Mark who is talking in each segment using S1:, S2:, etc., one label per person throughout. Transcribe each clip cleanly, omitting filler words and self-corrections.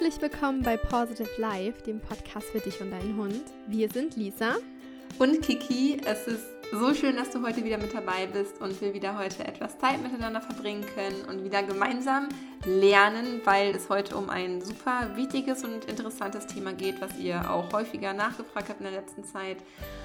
S1: Herzlich willkommen bei Positive Life, dem Podcast für dich und deinen Hund. Wir sind Lisa
S2: und Kiki. Es ist so schön, dass du heute wieder mit dabei bist und wir wieder heute etwas Zeit miteinander verbringen können und wieder gemeinsam lernen, weil es heute um ein super wichtiges und interessantes Thema geht, was ihr auch häufiger nachgefragt habt in der letzten Zeit.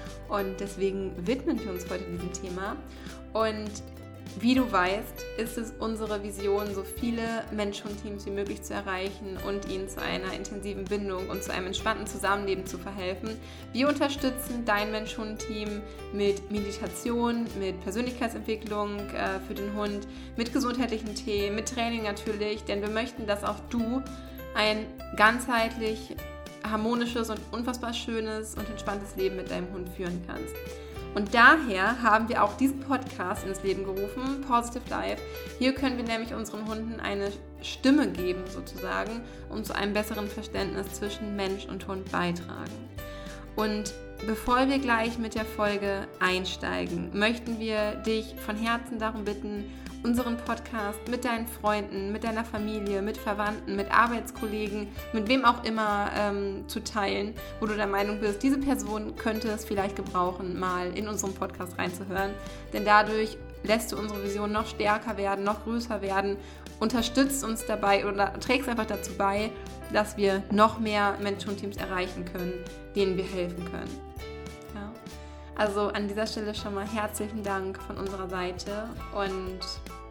S2: Und deswegen widmen wir uns heute diesem Thema. Und wie du weißt, ist es unsere Vision, so viele Mensch-Hund-Teams wie möglich zu erreichen und ihnen zu einer intensiven Bindung und zu einem entspannten Zusammenleben zu verhelfen. Wir unterstützen dein Mensch-Hund-Team mit Meditation, mit Persönlichkeitsentwicklung für den Hund, mit gesundheitlichen Themen, mit Training natürlich, denn wir möchten, dass auch du ein ganzheitlich harmonisches und unfassbar schönes und entspanntes Leben mit deinem Hund führen kannst. Und daher haben wir auch diesen Podcast ins Leben gerufen, Positive Life. Hier können wir nämlich unseren Hunden eine Stimme geben, sozusagen, und zu einem besseren Verständnis zwischen Mensch und Hund beitragen. Und bevor wir gleich mit der Folge einsteigen, möchten wir dich von Herzen darum bitten, unseren Podcast mit deinen Freunden, mit deiner Familie, mit Verwandten, mit Arbeitskollegen, mit wem auch immer zu teilen, wo du der Meinung bist, diese Person könnte es vielleicht gebrauchen, mal in unseren Podcast reinzuhören. Denn dadurch lässt du unsere Vision noch stärker werden, noch größer werden, unterstützt uns dabei oder trägst einfach dazu bei, dass wir noch mehr Mensch-Hund-Teams erreichen können, denen wir helfen können. Ja. Also an dieser Stelle schon mal herzlichen Dank von unserer Seite und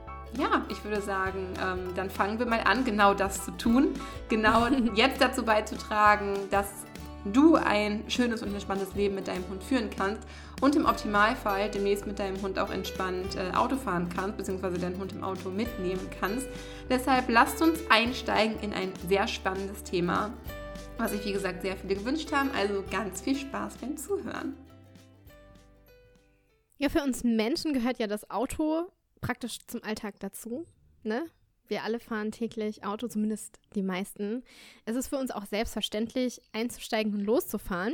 S2: ja, ich würde sagen, dann fangen wir mal an, genau das zu tun, genau jetzt dazu beizutragen, dass du ein schönes und entspanntes Leben mit deinem Hund führen kannst und im Optimalfall demnächst mit deinem Hund auch entspannt Auto fahren kannst, beziehungsweise deinen Hund im Auto mitnehmen kannst. Deshalb lasst uns einsteigen in ein sehr spannendes Thema, was sich wie gesagt sehr viele gewünscht haben. Also ganz viel Spaß beim Zuhören.
S1: Ja, für uns Menschen gehört ja das Auto praktisch zum Alltag dazu, ne? Wir alle fahren täglich Auto, zumindest die meisten. Es ist für uns auch selbstverständlich, einzusteigen und loszufahren.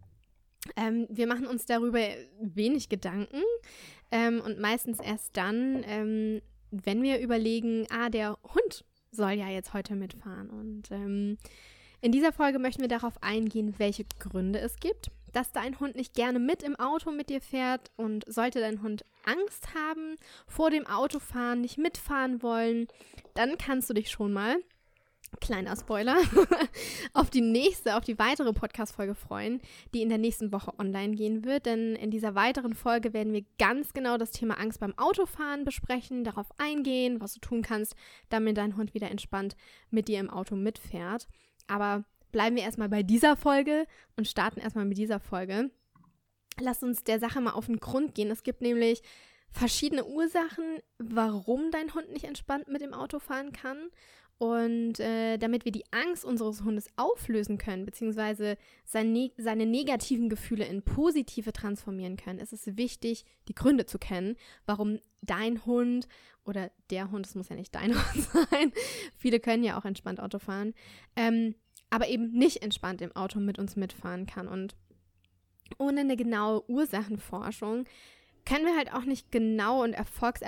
S1: Wir machen uns darüber wenig Gedanken und meistens erst dann, wenn wir überlegen, der Hund soll ja jetzt heute mitfahren. Und in dieser Folge möchten wir darauf eingehen, welche Gründe es gibt, dass dein Hund nicht gerne mit im Auto mit dir fährt, und sollte dein Hund Angst haben vor dem Autofahren, nicht mitfahren wollen, dann kannst du dich schon mal, kleiner Spoiler, auf die weitere Podcast-Folge freuen, die in der nächsten Woche online gehen wird, denn in dieser weiteren Folge werden wir ganz genau das Thema Angst beim Autofahren besprechen, darauf eingehen, was du tun kannst, damit dein Hund wieder entspannt mit dir im Auto mitfährt. Aber bleiben wir erstmal bei dieser Folge und starten erstmal mit dieser Folge. Lasst uns der Sache mal auf den Grund gehen. Es gibt nämlich verschiedene Ursachen, warum dein Hund nicht entspannt mit dem Auto fahren kann. Und damit wir die Angst unseres Hundes auflösen können, beziehungsweise seine negativen Gefühle in positive transformieren können, ist es wichtig, die Gründe zu kennen, warum dein Hund oder der Hund, es muss ja nicht dein Hund sein, viele können ja auch entspannt Auto fahren, aber eben nicht entspannt im Auto mit uns mitfahren kann. Und ohne eine genaue Ursachenforschung können wir halt auch nicht genau und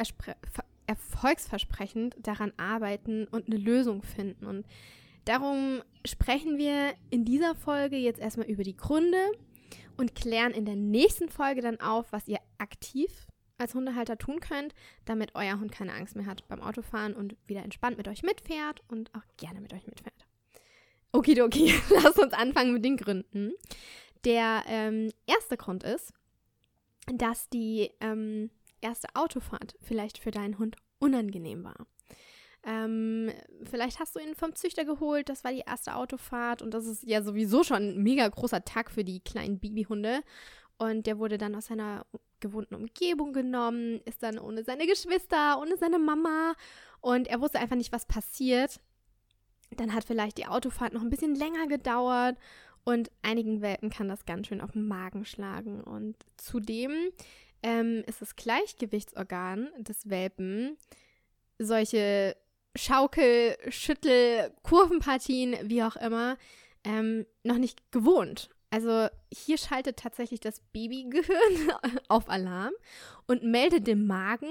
S1: erfolgsversprechend daran arbeiten und eine Lösung finden. Und darum sprechen wir in dieser Folge jetzt erstmal über die Gründe und klären in der nächsten Folge dann auf, was ihr aktiv als Hundehalter tun könnt, damit euer Hund keine Angst mehr hat beim Autofahren und wieder entspannt mit euch mitfährt und auch gerne mit euch mitfährt. Okidoki, lasst uns anfangen mit den Gründen. Der erste Grund ist, dass die erste Autofahrt vielleicht für deinen Hund unangenehm war. Vielleicht hast du ihn vom Züchter geholt, das war die erste Autofahrt und das ist ja sowieso schon ein mega großer Tag für die kleinen Babyhunde. Und der wurde dann aus seiner gewohnten Umgebung genommen, ist dann ohne seine Geschwister, ohne seine Mama und er wusste einfach nicht, was passiert. Dann hat vielleicht die Autofahrt noch ein bisschen länger gedauert und einigen Welpen kann das ganz schön auf den Magen schlagen. Und zudem ist das Gleichgewichtsorgan des Welpen solche Schaukel-, Schüttel-, Kurvenpartien, wie auch immer, noch nicht gewohnt. Also hier schaltet tatsächlich das Babygehirn auf Alarm und meldet dem Magen,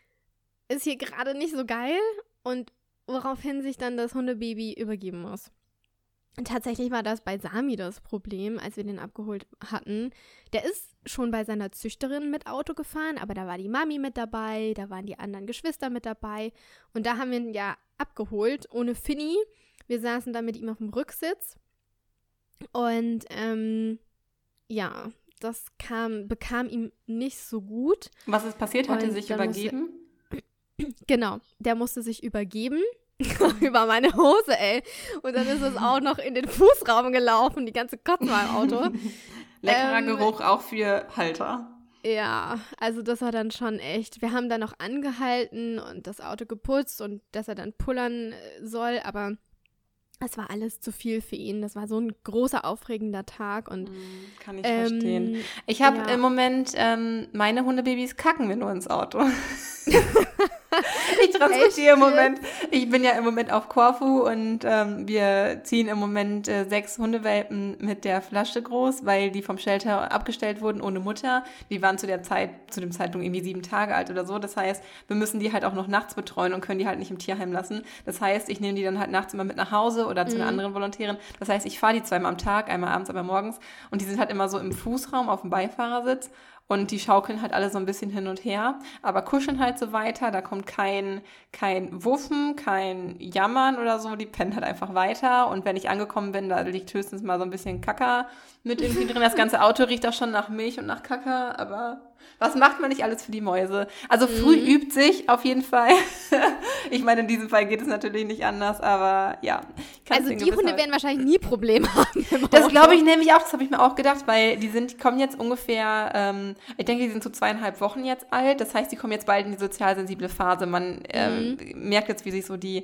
S1: ist hier gerade nicht so geil und woraufhin sich dann das Hundebaby übergeben muss. Tatsächlich war das bei Sami das Problem, als wir den abgeholt hatten. Der ist schon bei seiner Züchterin mit Auto gefahren, aber da war die Mami mit dabei, da waren die anderen Geschwister mit dabei. Und da haben wir ihn ja abgeholt, ohne Finny. Wir saßen da mit ihm auf dem Rücksitz. Und ja, das bekam ihm nicht so gut.
S2: Was ist passiert? Hat er sich übergeben?
S1: Genau, der musste sich übergeben. Über meine Hose, ey. Und dann ist es auch noch in den Fußraum gelaufen, die ganze Kotze war im Auto.
S2: Leckerer Geruch auch für Halter.
S1: Ja, also das war dann schon echt. Wir haben dann noch angehalten und das Auto geputzt und dass er dann pullern soll, aber es war alles zu viel für ihn. Das war so ein großer, aufregender Tag. Und,
S2: kann ich verstehen. Ich habe im Moment, meine Hundebabys kacken mir nur ins Auto. Ich transportiere im Moment, ich bin ja im Moment auf Korfu und wir ziehen im Moment 6 Hundewelpen mit der Flasche groß, weil die vom Shelter abgestellt wurden ohne Mutter. Die waren zu dem Zeitpunkt irgendwie 7 Tage alt oder so. Das heißt, wir müssen die halt auch noch nachts betreuen und können die halt nicht im Tierheim lassen. Das heißt, ich nehme die dann halt nachts immer mit nach Hause oder zu einer anderen Volontärin. Das heißt, ich fahre die 2-mal am Tag, einmal abends, einmal morgens. Und die sind halt immer so im Fußraum auf dem Beifahrersitz. Und die schaukeln halt alle so ein bisschen hin und her, aber kuscheln halt so weiter. Da kommt kein Wuffen, kein Jammern oder so. Die pennen halt einfach weiter. Und wenn ich angekommen bin, da liegt höchstens mal so ein bisschen Kaka mit irgendwie drin. Das ganze Auto riecht auch schon nach Milch und nach Kaka. Aber was macht man nicht alles für die Mäuse? Also früh übt sich auf jeden Fall. Ich meine, in diesem Fall geht es natürlich nicht anders, aber ja.
S1: Also die Hunde werden wahrscheinlich nie Probleme haben.
S2: Das glaube ich nämlich auch, das habe ich mir auch gedacht, weil die kommen jetzt ungefähr, ich denke, die sind so 2,5 Wochen jetzt alt. Das heißt, die kommen jetzt bald in die sozialsensible Phase. Man merkt jetzt, wie sich so die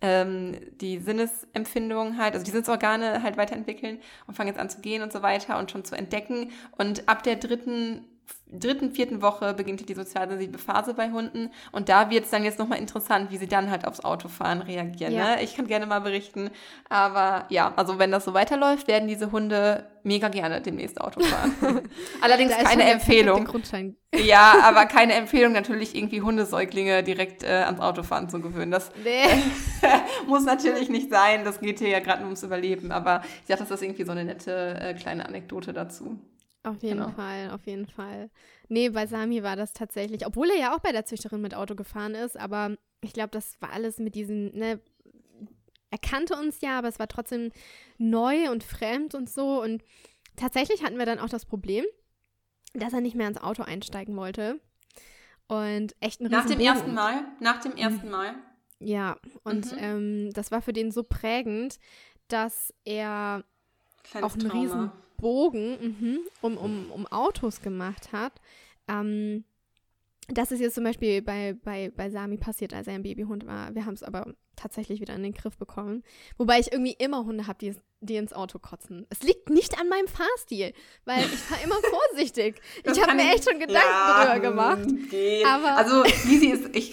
S2: Sinnesempfindungen halt, also die Sinnesorgane halt weiterentwickeln und fangen jetzt an zu gehen und so weiter und schon zu entdecken. Und ab der dritten, 4. Woche beginnt die sozialsensible Phase bei Hunden und da wird es dann jetzt nochmal interessant, wie sie dann halt aufs Autofahren reagieren. Ja. Ne? Ich kann gerne mal berichten, aber ja, also wenn das so weiterläuft, werden diese Hunde mega gerne demnächst Auto fahren. Allerdings keine Empfehlung. Ja, aber keine Empfehlung, natürlich irgendwie Hundesäuglinge direkt ans Autofahren zu gewöhnen. Das muss natürlich nicht sein, das geht hier ja gerade nur ums Überleben, aber ich dachte, das ist irgendwie so eine nette kleine Anekdote dazu.
S1: Auf jeden Fall, auf jeden Fall. Nee, bei Sami war das tatsächlich, obwohl er ja auch bei der Züchterin mit Auto gefahren ist, aber ich glaube, das war alles mit diesen, er kannte uns ja, aber es war trotzdem neu und fremd und so und tatsächlich hatten wir dann auch das Problem, dass er nicht mehr ins Auto einsteigen wollte und echt ein
S2: Nach dem ersten Mal?
S1: Ja, und das war für den so prägend, dass er auch einen riesen Bogen um Autos gemacht hat. Das ist jetzt zum Beispiel bei Sami passiert, als er ein Babyhund war. Wir haben es aber tatsächlich wieder in den Griff bekommen. Wobei ich irgendwie immer Hunde habe, die ins Auto kotzen. Es liegt nicht an meinem Fahrstil, weil ich fahre immer vorsichtig. Ich habe mir echt schon Gedanken drüber gemacht. Aber
S2: also Lisi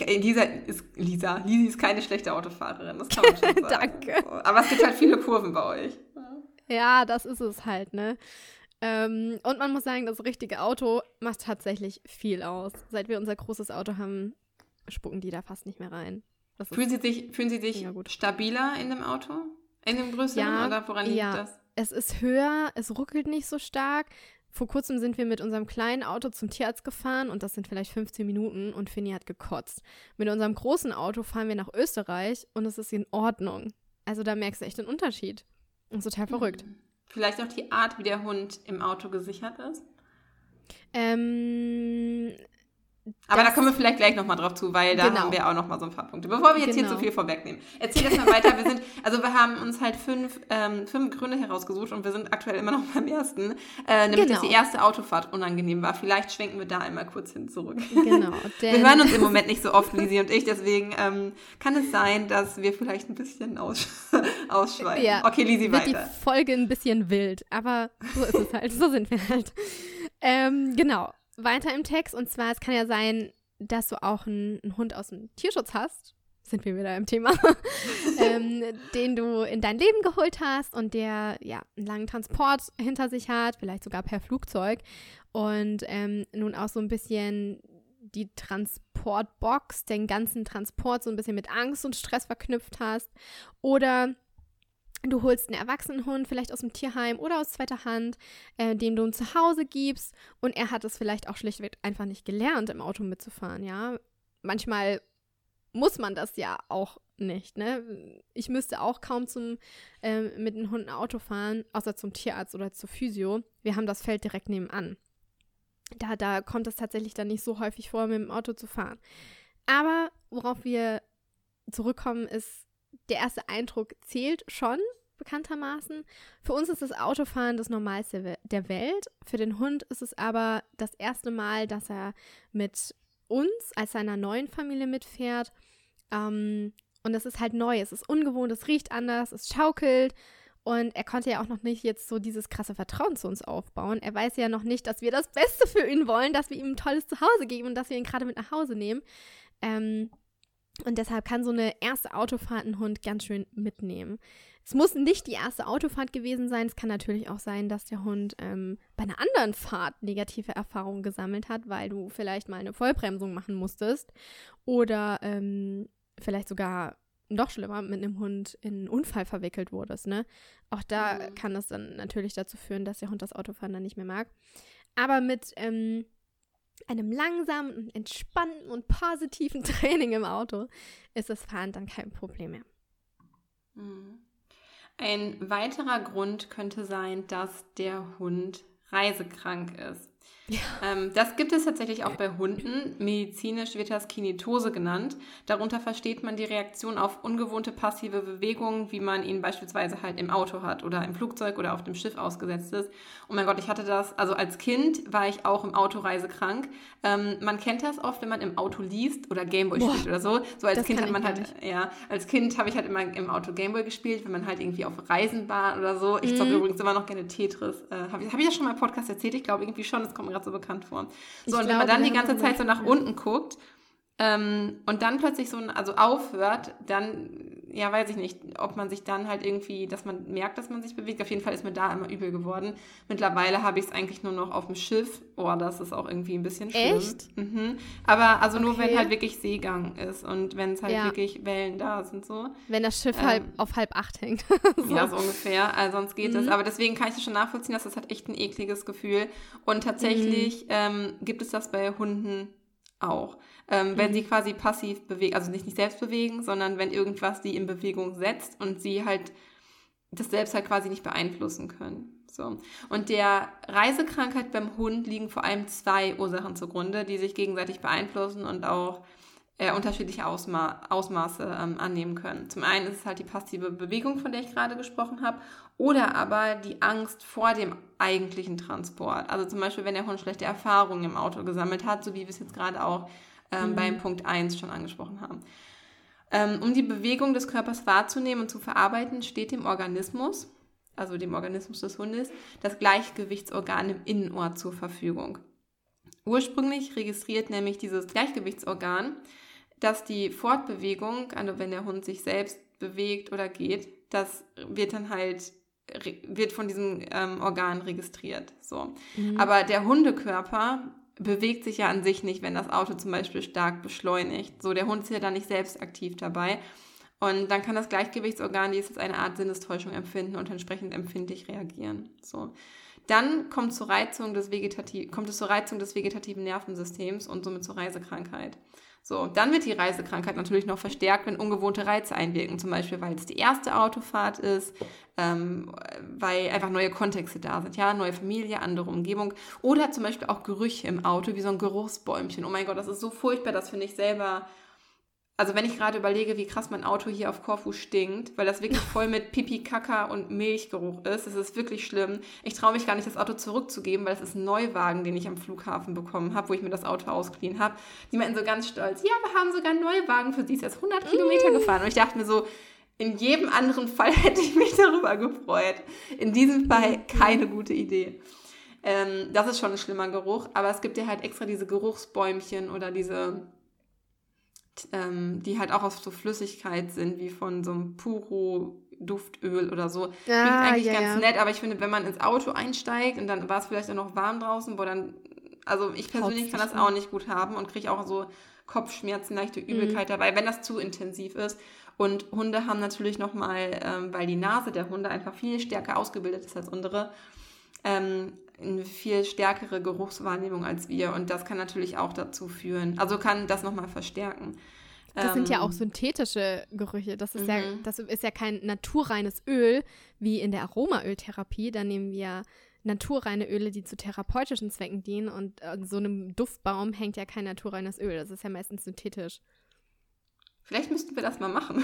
S2: ist keine schlechte Autofahrerin, das kann man schon sagen.
S1: Danke.
S2: Aber es gibt halt viele Kurven bei euch.
S1: Ja, das ist es halt, ne? Und man muss sagen, das richtige Auto macht tatsächlich viel aus. Seit wir unser großes Auto haben, spucken die da fast nicht mehr rein.
S2: Fühlen Sie sich stabiler in dem Auto? In dem größeren? Oder woran liegt das?
S1: Es ist höher, es ruckelt nicht so stark. Vor kurzem sind wir mit unserem kleinen Auto zum Tierarzt gefahren und das sind vielleicht 15 Minuten und Finny hat gekotzt. Mit unserem großen Auto fahren wir nach Österreich und es ist in Ordnung. Also da merkst du echt den Unterschied. Das ist total verrückt.
S2: Vielleicht auch die Art, wie der Hund im Auto gesichert ist? Aber da kommen wir vielleicht gleich nochmal drauf zu, weil da haben wir auch nochmal so ein paar Punkte. Bevor wir jetzt hier zu viel vorwegnehmen. Erzähl das mal weiter. Wir haben uns halt 5 Gründe herausgesucht und wir sind aktuell immer noch beim ersten. Nämlich, dass die erste Autofahrt unangenehm war. Vielleicht schwenken wir da einmal kurz hin zurück.
S1: Genau.
S2: Wir hören uns im Moment nicht so oft, Lisi und ich, deswegen kann es sein, dass wir vielleicht ein bisschen ausschweifen. Ja, okay, Lisi, weiter.
S1: Wird die Folge ein bisschen wild, aber so ist es halt. So sind wir halt. Genau. Weiter im Text, und zwar, es kann ja sein, dass du auch einen Hund aus dem Tierschutz hast, sind wir wieder im Thema, den du in dein Leben geholt hast und der einen langen Transport hinter sich hat, vielleicht sogar per Flugzeug und nun auch so ein bisschen die Transportbox, den ganzen Transport so ein bisschen mit Angst und Stress verknüpft hast oder du holst einen erwachsenen Hund, vielleicht aus dem Tierheim oder aus zweiter Hand, dem du ein Zuhause gibst und er hat es vielleicht auch schlichtweg einfach nicht gelernt, im Auto mitzufahren, ja. Manchmal muss man das ja auch nicht, ne? Ich müsste auch kaum mit dem Hund ein Auto fahren, außer zum Tierarzt oder zur Physio. Wir haben das Feld direkt nebenan. Da kommt es tatsächlich dann nicht so häufig vor, mit dem Auto zu fahren. Aber worauf wir zurückkommen, ist, der erste Eindruck zählt schon, bekanntermaßen. Für uns ist das Autofahren das Normalste der Welt. Für den Hund ist es aber das erste Mal, dass er mit uns als seiner neuen Familie mitfährt. Und das ist halt neu, es ist ungewohnt, es riecht anders, es schaukelt. Und er konnte ja auch noch nicht jetzt so dieses krasse Vertrauen zu uns aufbauen. Er weiß ja noch nicht, dass wir das Beste für ihn wollen, dass wir ihm ein tolles Zuhause geben und dass wir ihn gerade mit nach Hause nehmen. Und deshalb kann so eine erste Autofahrt einen Hund ganz schön mitnehmen. Es muss nicht die erste Autofahrt gewesen sein. Es kann natürlich auch sein, dass der Hund bei einer anderen Fahrt negative Erfahrungen gesammelt hat, weil du vielleicht mal eine Vollbremsung machen musstest oder vielleicht sogar noch schlimmer mit einem Hund in einen Unfall verwickelt wurdest, ne? Auch da kann das dann natürlich dazu führen, dass der Hund das Autofahren dann nicht mehr mag. Aber mit einem langsamen und entspannten und positiven Training im Auto ist das Fahren dann kein Problem mehr.
S2: Ein weiterer Grund könnte sein, dass der Hund reisekrank ist. Ja. Das gibt es tatsächlich auch bei Hunden. Medizinisch wird das Kinetose genannt. Darunter versteht man die Reaktion auf ungewohnte passive Bewegungen, wie man ihn beispielsweise halt im Auto hat oder im Flugzeug oder auf dem Schiff ausgesetzt ist. Oh mein Gott, ich hatte das, also als Kind war ich auch im Auto reisekrank. Man kennt das oft, wenn man im Auto liest oder Gameboy spielt oder so. So als Kind hat man halt, als Kind habe ich halt immer im Auto Gameboy gespielt, wenn man halt irgendwie auf Reisen war oder so. Ich zocke übrigens immer noch gerne Tetris. Hab ich das schon mal im Podcast erzählt? Ich glaube irgendwie schon, das kommt mir gerade so bekannt vor. So, und wenn man dann die ganze Zeit so nach unten guckt und dann plötzlich also aufhört, dann, ja, weiß ich nicht, ob man sich dann halt irgendwie, dass man merkt, dass man sich bewegt. Auf jeden Fall ist mir da immer übel geworden. Mittlerweile habe ich es eigentlich nur noch auf dem Schiff. Oh, das ist auch irgendwie ein bisschen schlimm.
S1: Echt?
S2: Mhm. Aber also nur, wenn halt wirklich Seegang ist und wenn es halt wirklich Wellen da sind, so.
S1: Wenn das Schiff auf 7:30 hängt.
S2: So. Ja, so ungefähr. Sonst geht es. Aber deswegen kann ich das schon nachvollziehen, dass das halt echt ein ekliges Gefühl. Und tatsächlich gibt es das bei Hunden auch. Wenn sie quasi passiv bewegen, also nicht selbst bewegen, sondern wenn irgendwas sie in Bewegung setzt und sie halt das selbst halt quasi nicht beeinflussen können. So. Und der Reisekrankheit beim Hund liegen vor allem 2 Ursachen zugrunde, die sich gegenseitig beeinflussen und auch unterschiedliche Ausmaße annehmen können. Zum einen ist es halt die passive Bewegung, von der ich gerade gesprochen habe, oder aber die Angst vor dem eigentlichen Transport. Also zum Beispiel, wenn der Hund schlechte Erfahrungen im Auto gesammelt hat, so wie wir es jetzt gerade auch beim Punkt 1 schon angesprochen haben. Um die Bewegung des Körpers wahrzunehmen und zu verarbeiten, steht dem Organismus, also dem Organismus des Hundes, das Gleichgewichtsorgan im Innenohr zur Verfügung. Ursprünglich registriert nämlich dieses Gleichgewichtsorgan, dass die Fortbewegung, also wenn der Hund sich selbst bewegt oder geht, das wird von diesem Organ registriert. So. Aber der Hundekörper bewegt sich ja an sich nicht, wenn das Auto zum Beispiel stark beschleunigt. So, der Hund ist ja dann nicht selbst aktiv dabei. Und dann kann das Gleichgewichtsorgan dieses eine Art Sinnestäuschung empfinden und entsprechend empfindlich reagieren. So. Dann kommt es zur Reizung des vegetativen Nervensystems und somit zur Reisekrankheit. So, dann wird die Reisekrankheit natürlich noch verstärkt, wenn ungewohnte Reize einwirken, zum Beispiel, weil es die erste Autofahrt ist, weil einfach neue Kontexte da sind, ja, neue Familie, andere Umgebung oder zum Beispiel auch Gerüche im Auto, wie so ein Geruchsbäumchen. Oh mein Gott, das ist so furchtbar, das finde ich selber. Also wenn ich gerade überlege, wie krass mein Auto hier auf Korfu stinkt, weil das wirklich voll mit Pipi, Kaka und Milchgeruch ist, das ist wirklich schlimm. Ich traue mich gar nicht, das Auto zurückzugeben, weil das ist ein Neuwagen, den ich am Flughafen bekommen habe, wo ich mir das Auto ausgeliehen habe. Die meinten so ganz stolz, ja, wir haben sogar einen Neuwagen für sie, ist jetzt 100 Kilometer gefahren. Und ich dachte mir so, in jedem anderen Fall hätte ich mich darüber gefreut. In diesem Fall keine gute Idee. Das ist schon ein schlimmer Geruch, aber es gibt ja halt extra diese Geruchsbäumchen oder diese... die halt auch aus so Flüssigkeit sind, wie von so einem Puro-Duftöl oder so.
S1: Ja,
S2: riecht eigentlich ganz nett, aber ich finde, wenn man ins Auto einsteigt und dann war es vielleicht auch noch warm draußen, dann Also ich persönlich kann das auch nicht gut haben und kriege auch so Kopfschmerzen, leichte Übelkeit dabei, wenn das zu intensiv ist. Und Hunde haben natürlich nochmal, weil die Nase der Hunde einfach viel stärker ausgebildet ist als unsere, eine viel stärkere Geruchswahrnehmung als wir. Und das kann natürlich auch dazu führen, also kann das nochmal verstärken.
S1: Das sind ja auch synthetische Gerüche. Das ist ja kein naturreines Öl wie in der Aromaöltherapie. Da nehmen wir naturreine Öle, die zu therapeutischen Zwecken dienen. Und an so einem Duftbaum hängt ja kein naturreines Öl. Das ist ja meistens synthetisch.
S2: Vielleicht müssten wir das mal machen.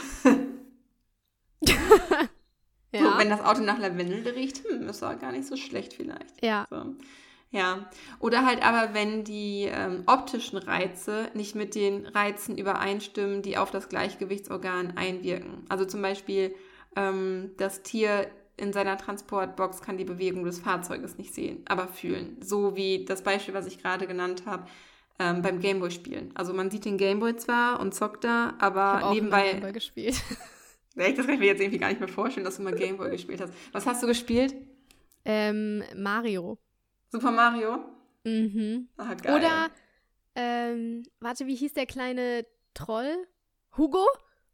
S1: Ja.
S2: So, wenn das Auto nach Lavendel riecht, ist auch gar nicht so schlecht vielleicht.
S1: Ja.
S2: So. Ja, oder halt aber, wenn die optischen Reize nicht mit den Reizen übereinstimmen, die auf das Gleichgewichtsorgan einwirken. Also zum Beispiel, das Tier in seiner Transportbox kann die Bewegung des Fahrzeuges nicht sehen, aber fühlen. So wie das Beispiel, was ich gerade genannt habe, beim Gameboy-Spielen. Also man sieht den Gameboy zwar und zockt da, aber
S1: ich habe
S2: nebenbei...
S1: auch Gameboy gespielt.
S2: Echt, das kann ich mir jetzt irgendwie gar nicht mehr vorstellen, dass du mal Gameboy gespielt hast. Was hast du gespielt?
S1: Mario.
S2: Super Mario?
S1: Mhm.
S2: Ah, geil.
S1: Oder, warte, wie hieß der kleine Troll? Hugo?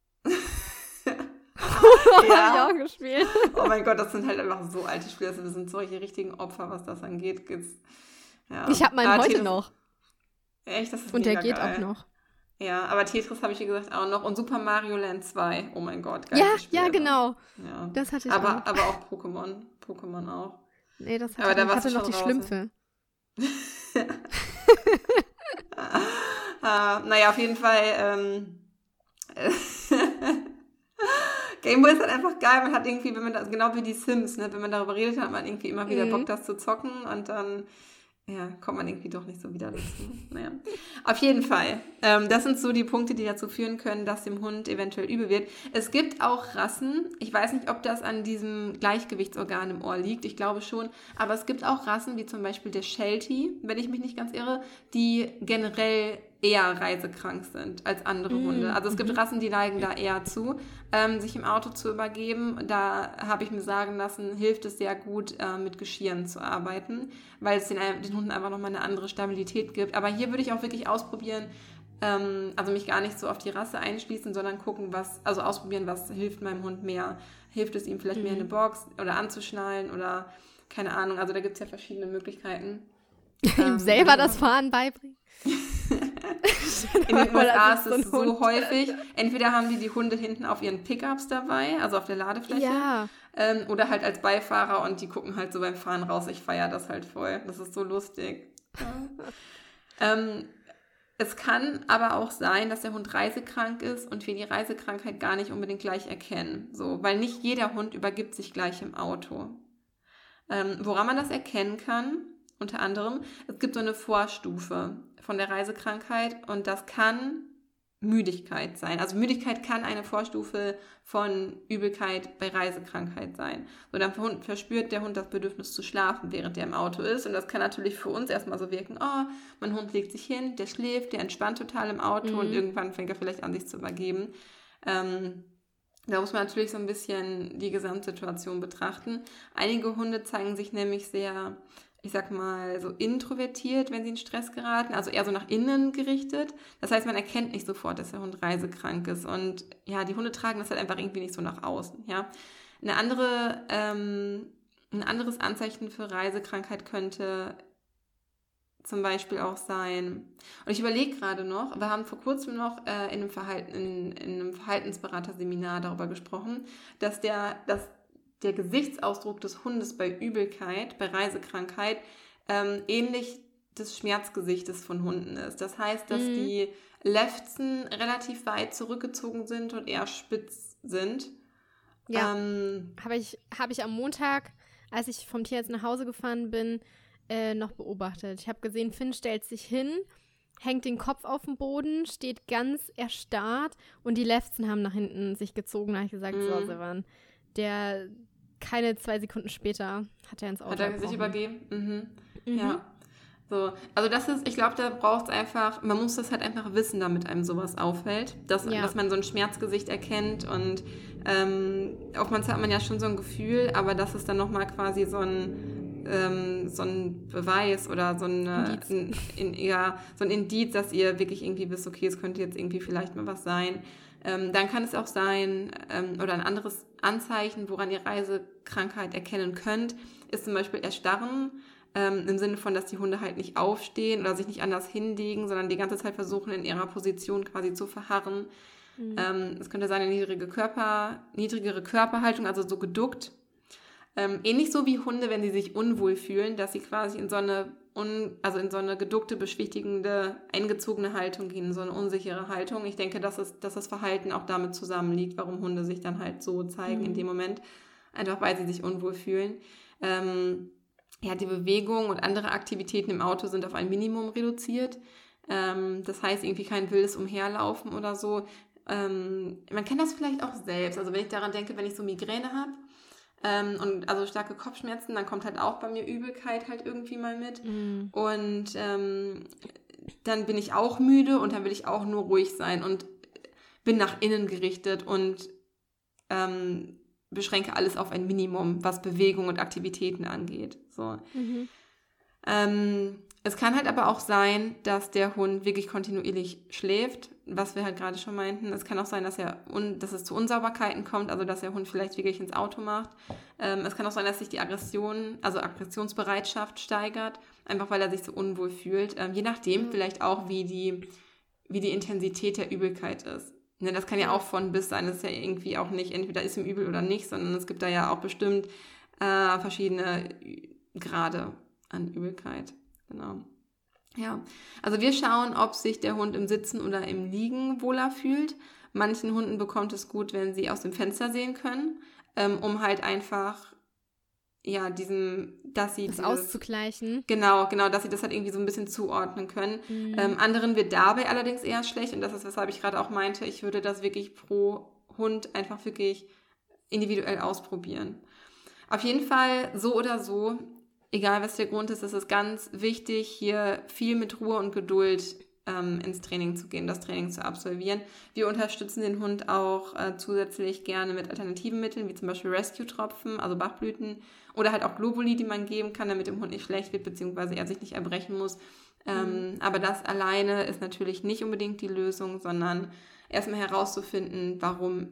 S2: Ja.
S1: Hab ich auch gespielt.
S2: Oh mein Gott, das sind halt einfach so alte Spiele. Das sind solche richtigen Opfer, was das angeht. Ja.
S1: Ich habe meinen heute
S2: Tetris,
S1: noch.
S2: Echt, das ist
S1: Und der
S2: mega
S1: geht
S2: geil.
S1: auch noch.
S2: Ja, aber Tetris habe ich, wie gesagt, auch noch. Und Super Mario Land 2. Oh mein Gott, geil.
S1: Ja, genau.
S2: Ja.
S1: Das hatte ich
S2: aber,
S1: auch.
S2: Aber auch Pokémon. Pokémon auch.
S1: Nee, das
S2: Aber da warst
S1: hatte
S2: du
S1: noch die
S2: schon
S1: Schlümpfe.
S2: Naja, auf jeden Fall Gameboy ist halt einfach geil. Man hat irgendwie, wenn man das, genau wie die Sims, ne, wenn man darüber redet, hat man irgendwie immer wieder Bock, das zu zocken und dann kommt man irgendwie doch nicht so wieder dazu. Naja. Auf jeden Fall. Das sind so die Punkte, die dazu führen können, dass dem Hund eventuell übel wird. Es gibt auch Rassen, ich weiß nicht, ob das an diesem Gleichgewichtsorgan im Ohr liegt, ich glaube schon, aber es gibt auch Rassen, wie zum Beispiel der Sheltie, wenn ich mich nicht ganz irre, die generell eher reisekrank sind als andere Hunde. Also es gibt Rassen, die neigen da eher zu, sich im Auto zu übergeben. Da habe ich mir sagen lassen, hilft es sehr gut, mit Geschirren zu arbeiten, weil es den Hunden einfach nochmal eine andere Stabilität gibt. Aber hier würde ich auch wirklich ausprobieren, also mich gar nicht so auf die Rasse einschließen, sondern gucken, ausprobieren, was hilft meinem Hund mehr. Hilft es ihm vielleicht mehr in eine Box oder anzuschnallen oder keine Ahnung. Also da gibt es ja verschiedene Möglichkeiten.
S1: Ihm selber das Fahren beibringen.
S2: In den USA ist es so häufig. Entweder haben die Hunde hinten auf ihren Pickups dabei, also auf der Ladefläche, oder halt als Beifahrer und die gucken halt so beim Fahren raus. Ich feiere das halt voll. Das ist so lustig. Es kann aber auch sein, dass der Hund reisekrank ist und wir die Reisekrankheit gar nicht unbedingt gleich erkennen. So, weil nicht jeder Hund übergibt sich gleich im Auto. Woran man das erkennen kann, unter anderem, es gibt so eine Vorstufe von der Reisekrankheit und das kann Müdigkeit sein. Also Müdigkeit kann eine Vorstufe von Übelkeit bei Reisekrankheit sein. So, dann verspürt der Hund das Bedürfnis zu schlafen, während er im Auto ist. Und das kann natürlich für uns erstmal so wirken, oh, mein Hund legt sich hin, der schläft, der entspannt total im Auto und irgendwann fängt er vielleicht an, sich zu übergeben. Da muss man natürlich so ein bisschen die Gesamtsituation betrachten. Einige Hunde zeigen sich nämlich sehr, ich sag mal, so introvertiert, wenn sie in Stress geraten, also eher so nach innen gerichtet. Das heißt, man erkennt nicht sofort, dass der Hund reisekrank ist. Und ja, die Hunde tragen das halt einfach irgendwie nicht so nach außen. Ja, ein anderes Anzeichen für Reisekrankheit könnte zum Beispiel auch sein. Und ich überlege gerade noch, wir haben vor kurzem noch in einem Verhaltensberaterseminar darüber gesprochen, dass der Gesichtsausdruck des Hundes bei Übelkeit, bei Reisekrankheit, ähnlich des Schmerzgesichtes von Hunden ist. Das heißt, dass die Lefzen relativ weit zurückgezogen sind und eher spitz sind.
S1: Ja, habe ich am Montag, als ich vom Tierarzt nach Hause gefahren bin, noch beobachtet. Ich habe gesehen, Finn stellt sich hin, hängt den Kopf auf den Boden, steht ganz erstarrt und die Lefzen haben nach hinten sich gezogen. Da habe ich gesagt, so, Silvan, der keine 2 Sekunden später hat er ins Auto
S2: gebrochen. Sich übergeben? Ja. So, also ich glaube, da braucht es einfach, man muss das halt einfach wissen, damit einem sowas auffällt, dass man so ein Schmerzgesicht erkennt und oftmals hat man ja schon so ein Gefühl, aber dass es dann nochmal quasi so ein so ein Beweis oder so ein Indiz, dass ihr wirklich irgendwie wisst, okay, es könnte jetzt irgendwie vielleicht mal was sein. Dann kann es auch sein, oder ein anderes Anzeichen, woran ihr Reisekrankheit erkennen könnt, ist zum Beispiel Erstarren, im Sinne von, dass die Hunde halt nicht aufstehen oder sich nicht anders hinlegen, sondern die ganze Zeit versuchen, in ihrer Position quasi zu verharren. Es könnte sein, eine niedrigere Körperhaltung, also so geduckt. Ähnlich so wie Hunde, wenn sie sich unwohl fühlen, dass sie quasi in so eine geduckte, beschwichtigende, eingezogene Haltung gehen, in so eine unsichere Haltung. Ich denke, dass das Verhalten auch damit zusammenliegt, warum Hunde sich dann halt so zeigen in dem Moment, einfach weil sie sich unwohl fühlen. Die Bewegung und andere Aktivitäten im Auto sind auf ein Minimum reduziert. Das heißt, irgendwie kein wildes Umherlaufen oder so. Man kennt das vielleicht auch selbst. Also wenn ich daran denke, wenn ich so Migräne habe, und also starke Kopfschmerzen, dann kommt halt auch bei mir Übelkeit halt irgendwie mal mit. Und dann bin ich auch müde und dann will ich auch nur ruhig sein und bin nach innen gerichtet und beschränke alles auf ein Minimum, was Bewegung und Aktivitäten angeht. So. Es kann halt aber auch sein, dass der Hund wirklich kontinuierlich schläft, was wir halt gerade schon meinten. Es kann auch sein, dass es zu Unsauberkeiten kommt, also dass der Hund vielleicht wirklich ins Auto macht. Es kann auch sein, dass sich die Aggressionsbereitschaft steigert, einfach weil er sich so unwohl fühlt. Je nachdem vielleicht auch, wie die Intensität der Übelkeit ist. Ne, das kann ja auch von bis sein. Das ist ja irgendwie auch nicht, entweder ist ihm übel oder nicht, sondern es gibt da ja auch bestimmt verschiedene Grade an Übelkeit. Genau. Ja, also wir schauen, ob sich der Hund im Sitzen oder im Liegen wohler fühlt. Manchen Hunden bekommt es gut, wenn sie aus dem Fenster sehen können, um halt einfach,
S1: auszugleichen.
S2: Genau, dass sie das halt irgendwie so ein bisschen zuordnen können. Anderen wird dabei allerdings eher schlecht und das ist, weshalb ich gerade auch meinte, ich würde das wirklich pro Hund einfach wirklich individuell ausprobieren. Auf jeden Fall, so oder so, egal was der Grund ist es ganz wichtig, hier viel mit Ruhe und Geduld ins Training zu gehen, das Training zu absolvieren. Wir unterstützen den Hund auch zusätzlich gerne mit alternativen Mitteln, wie zum Beispiel Rescue-Tropfen, also Bachblüten, oder halt auch Globuli, die man geben kann, damit dem Hund nicht schlecht wird, beziehungsweise er sich nicht erbrechen muss. Aber das alleine ist natürlich nicht unbedingt die Lösung, sondern erstmal herauszufinden, warum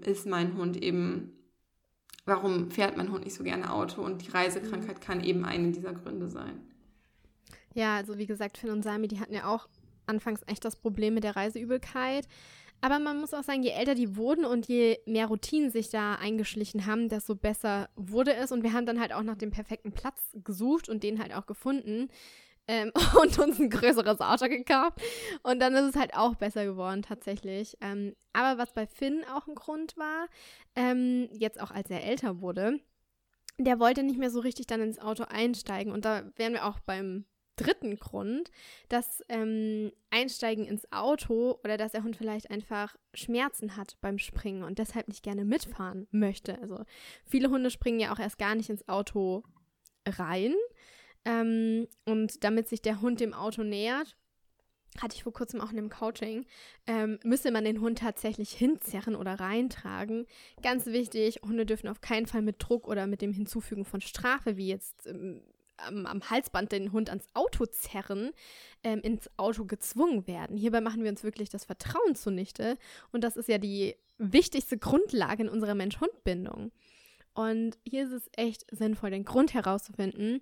S2: fährt mein Hund nicht so gerne Auto, und die Reisekrankheit kann eben eine dieser Gründe sein.
S1: Ja, also wie gesagt, Finn und Sami, die hatten ja auch anfangs echt das Problem mit der Reiseübelkeit. Aber man muss auch sagen, je älter die wurden und je mehr Routinen sich da eingeschlichen haben, desto besser wurde es. Und wir haben dann halt auch nach dem perfekten Platz gesucht und den halt auch gefunden und uns ein größeres Auto gekauft. Und dann ist es halt auch besser geworden tatsächlich. Aber was bei Finn auch ein Grund war, jetzt auch als er älter wurde, der wollte nicht mehr so richtig dann ins Auto einsteigen. Und da wären wir auch beim dritten Grund, dass Einsteigen ins Auto oder dass der Hund vielleicht einfach Schmerzen hat beim Springen und deshalb nicht gerne mitfahren möchte. Also viele Hunde springen ja auch erst gar nicht ins Auto rein. Und damit sich der Hund dem Auto nähert, hatte ich vor kurzem auch in einem Coaching, müsste man den Hund tatsächlich hinzerren oder reintragen. Ganz wichtig, Hunde dürfen auf keinen Fall mit Druck oder mit dem Hinzufügen von Strafe, wie jetzt am Halsband den Hund ans Auto zerren, ins Auto gezwungen werden. Hierbei machen wir uns wirklich das Vertrauen zunichte. Und das ist ja die wichtigste Grundlage in unserer Mensch-Hund-Bindung. Und hier ist es echt sinnvoll, den Grund herauszufinden,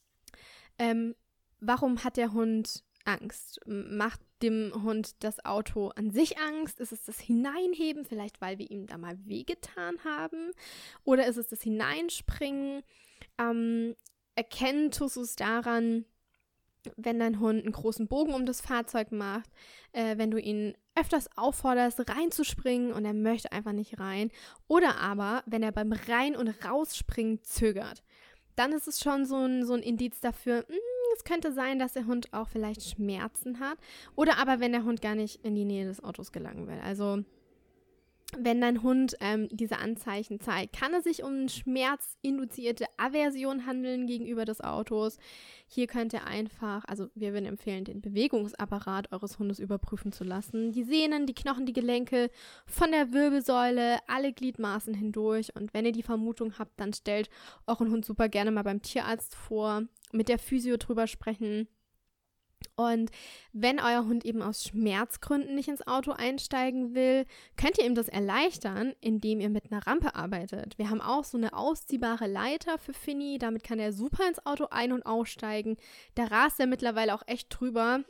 S1: warum hat der Hund Angst? Macht dem Hund das Auto an sich Angst? Ist es das Hineinheben, vielleicht weil wir ihm da mal wehgetan haben? Oder ist es das Hineinspringen? Erkennen tust du es daran, wenn dein Hund einen großen Bogen um das Fahrzeug macht, wenn du ihn öfters aufforderst, reinzuspringen und er möchte einfach nicht rein. Oder aber, wenn er beim Rein- und Rausspringen zögert. Dann ist es schon so ein Indiz dafür, es könnte sein, dass der Hund auch vielleicht Schmerzen hat. Oder aber, wenn der Hund gar nicht in die Nähe des Autos gelangen will. Also wenn dein Hund diese Anzeichen zeigt, kann es sich um eine schmerzinduzierte Aversion handeln gegenüber des Autos. Hier könnt ihr einfach, also wir würden empfehlen, den Bewegungsapparat eures Hundes überprüfen zu lassen. Die Sehnen, die Knochen, die Gelenke, von der Wirbelsäule, alle Gliedmaßen hindurch. Und wenn ihr die Vermutung habt, dann stellt euren Hund super gerne mal beim Tierarzt vor, mit der Physio drüber sprechen. Und wenn euer Hund eben aus Schmerzgründen nicht ins Auto einsteigen will, könnt ihr ihm das erleichtern, indem ihr mit einer Rampe arbeitet. Wir haben auch so eine ausziehbare Leiter für Finny, damit kann er super ins Auto ein- und aussteigen. Da rast er mittlerweile auch echt drüber.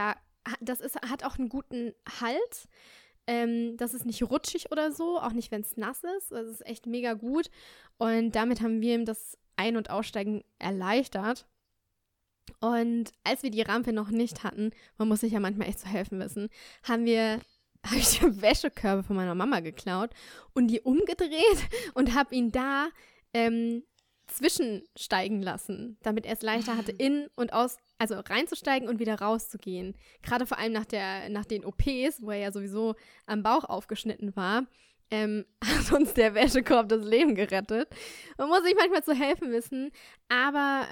S1: Hat auch einen guten Halt. Das ist nicht rutschig oder so, auch nicht, wenn es nass ist. Das ist echt mega gut. Und damit haben wir ihm das Ein- und Aussteigen erleichtert. Und als wir die Rampe noch nicht hatten, man muss sich ja manchmal echt zu helfen wissen, habe ich die Wäschekörbe von meiner Mama geklaut und die umgedreht und habe ihn da zwischensteigen lassen, damit er es leichter hatte, in und aus, also reinzusteigen und wieder rauszugehen. Gerade vor allem nach den OPs, wo er ja sowieso am Bauch aufgeschnitten war, hat uns der Wäschekorb das Leben gerettet. Man muss sich manchmal zu helfen wissen, aber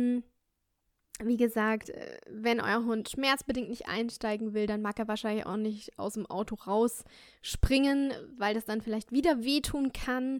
S1: wie gesagt, wenn euer Hund schmerzbedingt nicht einsteigen will, dann mag er wahrscheinlich auch nicht aus dem Auto rausspringen, weil das dann vielleicht wieder wehtun kann.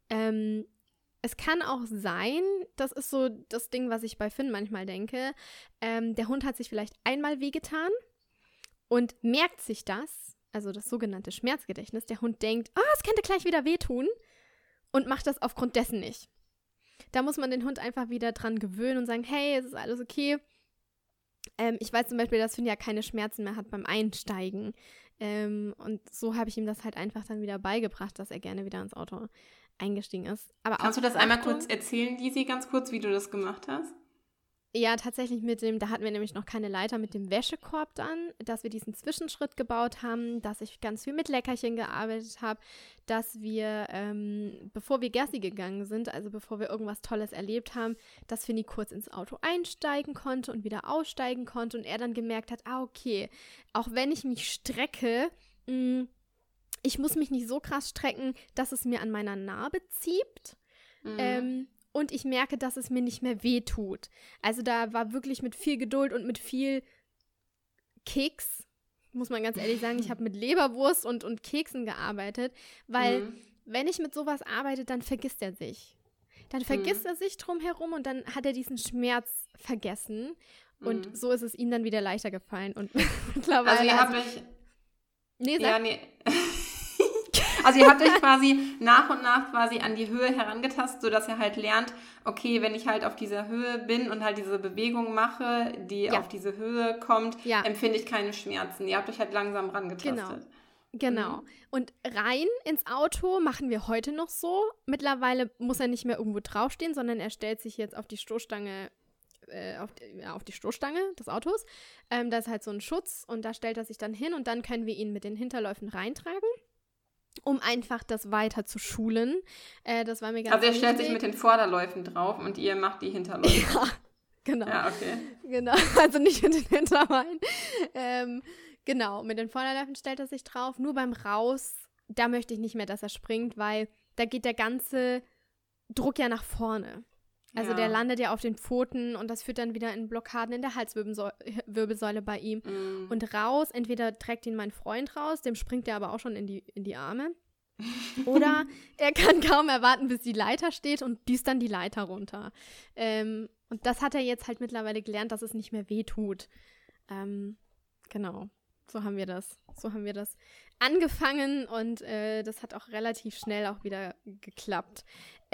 S1: Es kann auch sein, das ist so das Ding, was ich bei Finn manchmal denke, der Hund hat sich vielleicht einmal wehgetan und merkt sich das, also das sogenannte Schmerzgedächtnis. Der Hund denkt, es könnte gleich wieder wehtun und macht das aufgrund dessen nicht. Da muss man den Hund einfach wieder dran gewöhnen und sagen, hey, es ist alles okay. Ich weiß zum Beispiel, dass Finn ja keine Schmerzen mehr hat beim Einsteigen. Und so habe ich ihm das halt einfach dann wieder beigebracht, dass er gerne wieder ins Auto eingestiegen ist. Aber
S2: kannst du das einmal kurz erzählen, Lisi, ganz kurz, wie du das gemacht hast?
S1: Ja, tatsächlich da hatten wir nämlich noch keine Leiter mit dem Wäschekorb dann, dass wir diesen Zwischenschritt gebaut haben, dass ich ganz viel mit Leckerchen gearbeitet habe, dass wir, bevor wir Gassi gegangen sind, also bevor wir irgendwas Tolles erlebt haben, dass Finny kurz ins Auto einsteigen konnte und wieder aussteigen konnte und er dann gemerkt hat, okay, auch wenn ich mich strecke, ich muss mich nicht so krass strecken, dass es mir an meiner Narbe zieht. Und ich merke, dass es mir nicht mehr wehtut. Also da war wirklich mit viel Geduld und mit viel Keks, muss man ganz ehrlich sagen, ich habe mit Leberwurst und Keksen gearbeitet, weil wenn ich mit sowas arbeite, dann vergisst er sich. Dann vergisst er sich drumherum und dann hat er diesen Schmerz vergessen. Und so ist es ihm dann wieder leichter gefallen. Und mittlerweile...
S2: Also ihr habt euch... Nee. Also ihr habt euch quasi nach und nach quasi an die Höhe herangetastet, sodass ihr halt lernt, okay, wenn ich halt auf dieser Höhe bin und halt diese Bewegung mache, die auf diese Höhe kommt, empfinde ich keine Schmerzen. Ihr habt euch halt langsam rangetastet.
S1: Genau. Und rein ins Auto machen wir heute noch so. Mittlerweile muss er nicht mehr irgendwo draufstehen, sondern er stellt sich jetzt auf die Stoßstange auf die Stoßstange des Autos. Da ist halt so ein Schutz und da stellt er sich dann hin und dann können wir ihn mit den Hinterläufen reintragen, um einfach das weiter zu schulen. Das war mir ganz
S2: wichtig. Also er stellt sich mit den Vorderläufen drauf und ihr macht die Hinterläufe.
S1: Ja, genau.
S2: Ja, okay.
S1: Genau, also nicht mit den Hinterbeinen. Genau, mit den Vorderläufen stellt er sich drauf. Nur beim Raus, da möchte ich nicht mehr, dass er springt, weil da geht der ganze Druck ja nach vorne. Also der landet ja auf den Pfoten und das führt dann wieder in Blockaden in der Halswirbelsäule bei ihm. Und raus, entweder trägt ihn mein Freund raus, dem springt er aber auch schon in die Arme. Oder er kann kaum erwarten, bis die Leiter steht und düst dann die Leiter runter. Und das hat er jetzt halt mittlerweile gelernt, dass es nicht mehr weh tut. Genau, so haben wir das angefangen und das hat auch relativ schnell auch wieder geklappt.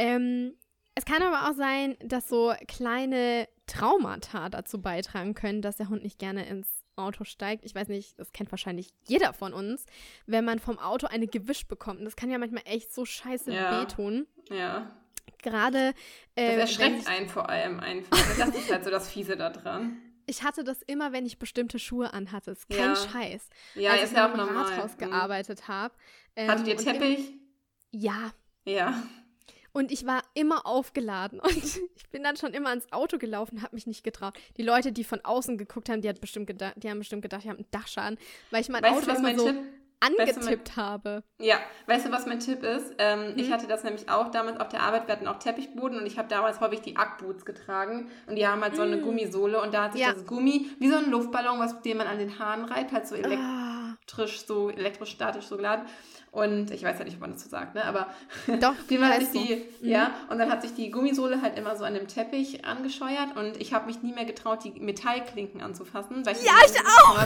S1: Es kann aber auch sein, dass so kleine Traumata dazu beitragen können, dass der Hund nicht gerne ins Auto steigt. Ich weiß nicht, das kennt wahrscheinlich jeder von uns, wenn man vom Auto eine gewischt bekommt. Und das kann ja manchmal echt so scheiße wehtun.
S2: Ja.
S1: Gerade
S2: das erschreckt einen vor allem einfach. Das ist halt so das Fiese da dran.
S1: Ich hatte das immer, wenn ich bestimmte Schuhe anhatte. Das ist kein Scheiß.
S2: Ja,
S1: als
S2: ist
S1: ich
S2: ja auch
S1: im
S2: normal.
S1: Rathaus gearbeitet habe.
S2: Hattet ihr Teppich?
S1: Ja.
S2: Ja.
S1: Und ich war immer aufgeladen und ich bin dann schon immer ans Auto gelaufen, habe mich nicht getraut. Die Leute, die von außen geguckt haben, die haben bestimmt gedacht, ich habe einen Dachschaden, weil ich mein Auto
S2: was
S1: immer
S2: mein
S1: so
S2: Tipp?
S1: angetippt habe.
S2: Ja, weißt du, was mein Tipp ist? Ich hatte das nämlich auch damals auf der Arbeit, wir hatten auch Teppichboden und ich habe damals häufig die Ugg-Boots getragen und die haben halt so eine Gummisohle und da hat sich das Gummi wie so ein Luftballon, den man an den Haaren reibt, halt so elektrisch-statisch so geladen. Und ich weiß ja nicht, ob man das so sagt, ne? Aber
S1: doch,
S2: hat sich und dann hat sich die Gummisohle halt immer so an dem Teppich angescheuert und ich habe mich nie mehr getraut, die Metallklinken anzufassen. Weil
S1: ich auch!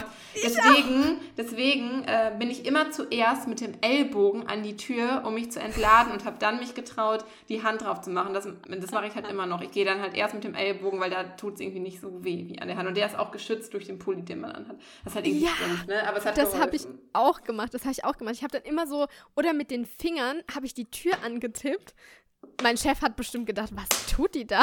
S2: Deswegen bin ich immer zuerst mit dem Ellbogen an die Tür, um mich zu entladen und habe dann mich getraut, die Hand drauf zu machen. Das mache ich halt immer noch. Ich gehe dann halt erst mit dem Ellbogen, weil da tut es irgendwie nicht so weh wie an der Hand. Und der ist auch geschützt durch den Pulli, den man anhat. Das ist halt irgendwie stimmt, ne? Aber es hat
S1: das habe ich auch gemacht. Ich habe dann immer so, oder mit den Fingern habe ich die Tür angetippt. Mein Chef hat bestimmt gedacht, was tut die da?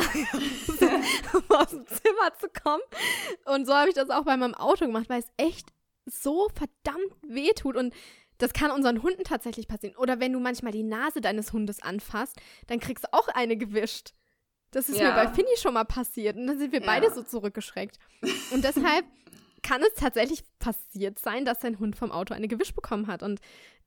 S1: Um aus dem Zimmer zu kommen. Und so habe ich das auch bei meinem Auto gemacht, weil es echt so verdammt weh tut. Und das kann unseren Hunden tatsächlich passieren. Oder wenn du manchmal die Nase deines Hundes anfasst, dann kriegst du auch eine gewischt. Das ist mir bei Finny schon mal passiert. Und dann sind wir beide so zurückgeschreckt. Und deshalb kann es tatsächlich passiert sein, dass dein Hund vom Auto eine gewischt bekommen hat. Und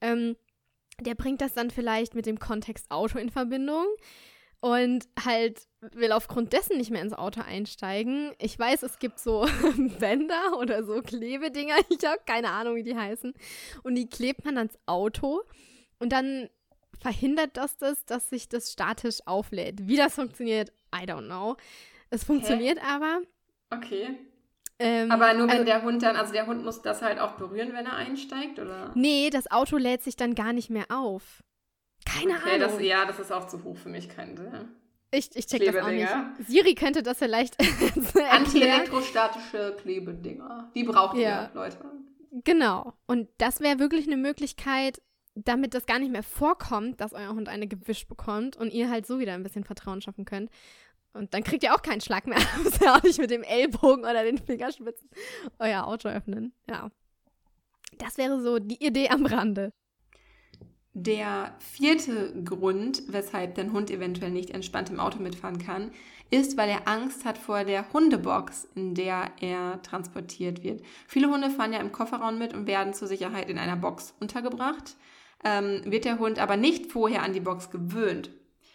S1: der bringt das dann vielleicht mit dem Kontext Auto in Verbindung und halt will aufgrund dessen nicht mehr ins Auto einsteigen. Ich weiß, es gibt so Bänder oder so Klebedinger, ich habe keine Ahnung, wie die heißen. Und die klebt man ans Auto und dann verhindert dass sich das statisch auflädt. Wie das funktioniert, I don't know. Es funktioniert aber.
S2: Okay. Aber nur wenn der Hund dann, also der Hund muss das halt auch berühren, wenn er einsteigt, oder?
S1: Nee, das Auto lädt sich dann gar nicht mehr auf. Keine Ahnung.
S2: Das ist auch zu hoch für mich,
S1: Ich check das auch nicht. Siri könnte das vielleicht erklären.
S2: Anti-elektrostatische Klebedinger. Die braucht ihr, Leute.
S1: Genau. Und das wäre wirklich eine Möglichkeit, damit das gar nicht mehr vorkommt, dass euer Hund eine gewischt bekommt und ihr halt so wieder ein bisschen Vertrauen schaffen könnt. Und dann kriegt ihr auch keinen Schlag mehr. Müsst ihr auch nicht mit dem Ellbogen oder den Fingerspitzen euer Auto öffnen. Ja. Das wäre so die Idee am Rande.
S2: Der 4. Grund, weshalb dein Hund eventuell nicht entspannt im Auto mitfahren kann, ist, weil er Angst hat vor der Hundebox, in der er transportiert wird. Viele Hunde fahren ja im Kofferraum mit und werden zur Sicherheit in einer Box untergebracht. Wird der Hund aber nicht vorher an die Box gewöhnt,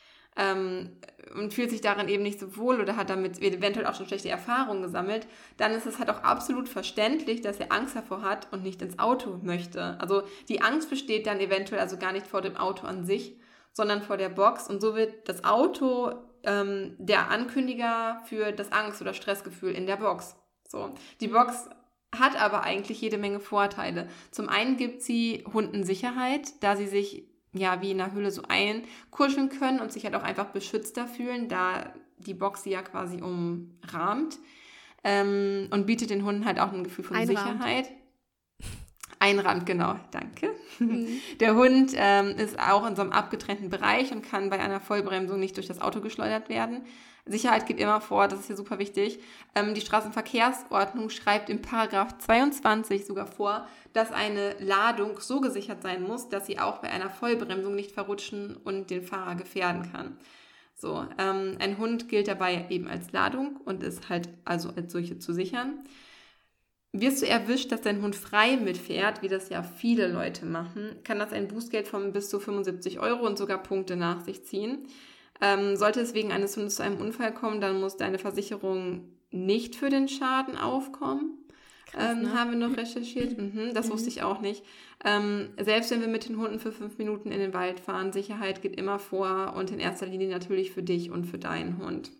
S2: und fühlt sich darin eben nicht so wohl oder hat damit eventuell auch schon schlechte Erfahrungen gesammelt, dann ist es halt auch absolut verständlich, dass er Angst davor hat und nicht ins Auto möchte. Also die Angst besteht dann eventuell also gar nicht vor dem Auto an sich, sondern vor der Box und so wird das Auto der Ankündiger für das Angst- oder Stressgefühl in der Box. So. Die Box hat aber eigentlich jede Menge Vorteile. Zum einen gibt sie Hunden Sicherheit, da sie sich wie in einer Höhle so einkuscheln können und sich halt auch einfach beschützter fühlen, da die Box sie ja quasi umrahmt und bietet den Hunden halt auch ein Gefühl von Sicherheit. Einrahmt, genau, danke. Der Hund ist auch in so einem abgetrennten Bereich und kann bei einer Vollbremsung nicht durch das Auto geschleudert werden. Sicherheit geht immer vor, das ist hier super wichtig. Die Straßenverkehrsordnung schreibt im Paragraph 22 sogar vor, dass eine Ladung so gesichert sein muss, dass sie auch bei einer Vollbremsung nicht verrutschen und den Fahrer gefährden kann. So, ein Hund gilt dabei eben als Ladung und ist halt also als solche zu sichern. Wirst du erwischt, dass dein Hund frei mitfährt, wie das ja viele Leute machen, kann das ein Bußgeld von bis zu 75 € und sogar Punkte nach sich ziehen. Sollte es wegen eines Hundes zu einem Unfall kommen, dann muss deine Versicherung nicht für den Schaden aufkommen. Krass, ne? Haben wir noch recherchiert. Das wusste ich auch nicht. Selbst wenn wir mit den Hunden für 5 Minuten in den Wald fahren, Sicherheit geht immer vor und in erster Linie natürlich für dich und für deinen Hund.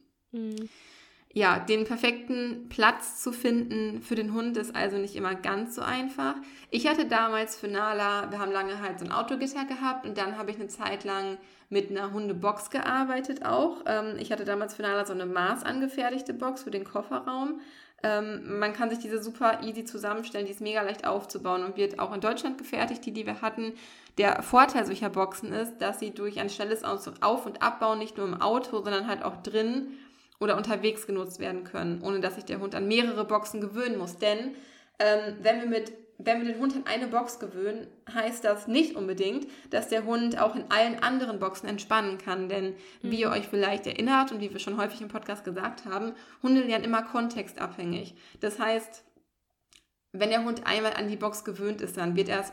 S2: Ja, den perfekten Platz zu finden für den Hund ist also nicht immer ganz so einfach. Ich hatte damals für Nala, wir haben lange halt so ein Autogitter gehabt und dann habe ich eine Zeit lang mit einer Hundebox gearbeitet auch. Ich hatte damals für Nala so eine maßangefertigte Box für den Kofferraum. Man kann sich diese super easy zusammenstellen, die ist mega leicht aufzubauen und wird auch in Deutschland gefertigt, die wir hatten. Der Vorteil solcher Boxen ist, dass sie durch ein schnelles Auf- und Abbauen nicht nur im Auto, sondern halt auch drin oder unterwegs genutzt werden können, ohne dass sich der Hund an mehrere Boxen gewöhnen muss. Denn wenn wir den Hund an eine Box gewöhnen, heißt das nicht unbedingt, dass der Hund auch in allen anderen Boxen entspannen kann. Denn wie ihr euch vielleicht erinnert und wie wir schon häufig im Podcast gesagt haben, Hunde lernen immer kontextabhängig. Das heißt, wenn der Hund einmal an die Box gewöhnt ist, dann wird er es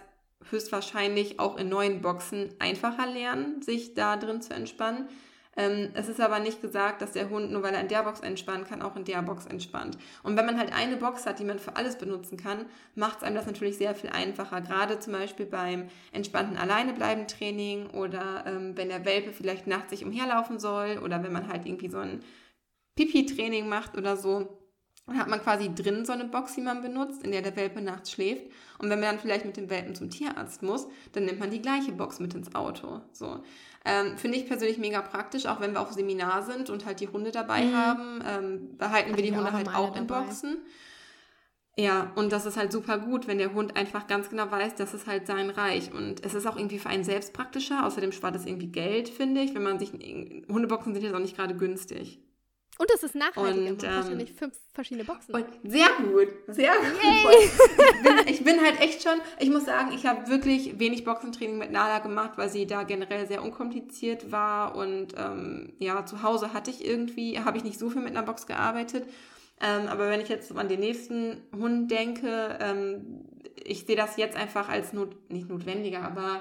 S2: höchstwahrscheinlich auch in neuen Boxen einfacher lernen, sich da drin zu entspannen. Es ist aber nicht gesagt, dass der Hund, nur weil er in der Box entspannen kann, auch in der Box entspannt. Und wenn man halt eine Box hat, die man für alles benutzen kann, macht es einem das natürlich sehr viel einfacher. Gerade zum Beispiel beim entspannten Alleinebleiben-Training oder wenn der Welpe vielleicht nachts sich umherlaufen soll oder wenn man halt irgendwie so ein Pipi-Training macht oder so. Dann hat man quasi drin so eine Box, die man benutzt, in der der Welpe nachts schläft. Und wenn man dann vielleicht mit dem Welpen zum Tierarzt muss, dann nimmt man die gleiche Box mit ins Auto. So. Finde ich persönlich mega praktisch, auch wenn wir auf Seminar sind und halt die Hunde dabei haben, behalten wir die Hunde halt auch in Boxen. Ja, und das ist halt super gut, wenn der Hund einfach ganz genau weiß, das ist halt sein Reich. Und es ist auch irgendwie für einen selbst praktischer. Außerdem spart es irgendwie Geld, finde ich. Wenn man sich, Hundeboxen sind jetzt auch nicht gerade günstig.
S1: Und es ist nachhaltig, man braucht ja nicht 5 verschiedene Boxen.
S2: Und sehr gut, sehr gut. Ich bin halt echt schon, ich muss sagen, ich habe wirklich wenig Boxentraining mit Nala gemacht, weil sie da generell sehr unkompliziert war und zu Hause habe ich nicht so viel mit einer Box gearbeitet. Aber wenn ich jetzt an den nächsten Hund denke, ich sehe das jetzt einfach als nicht notwendiger, aber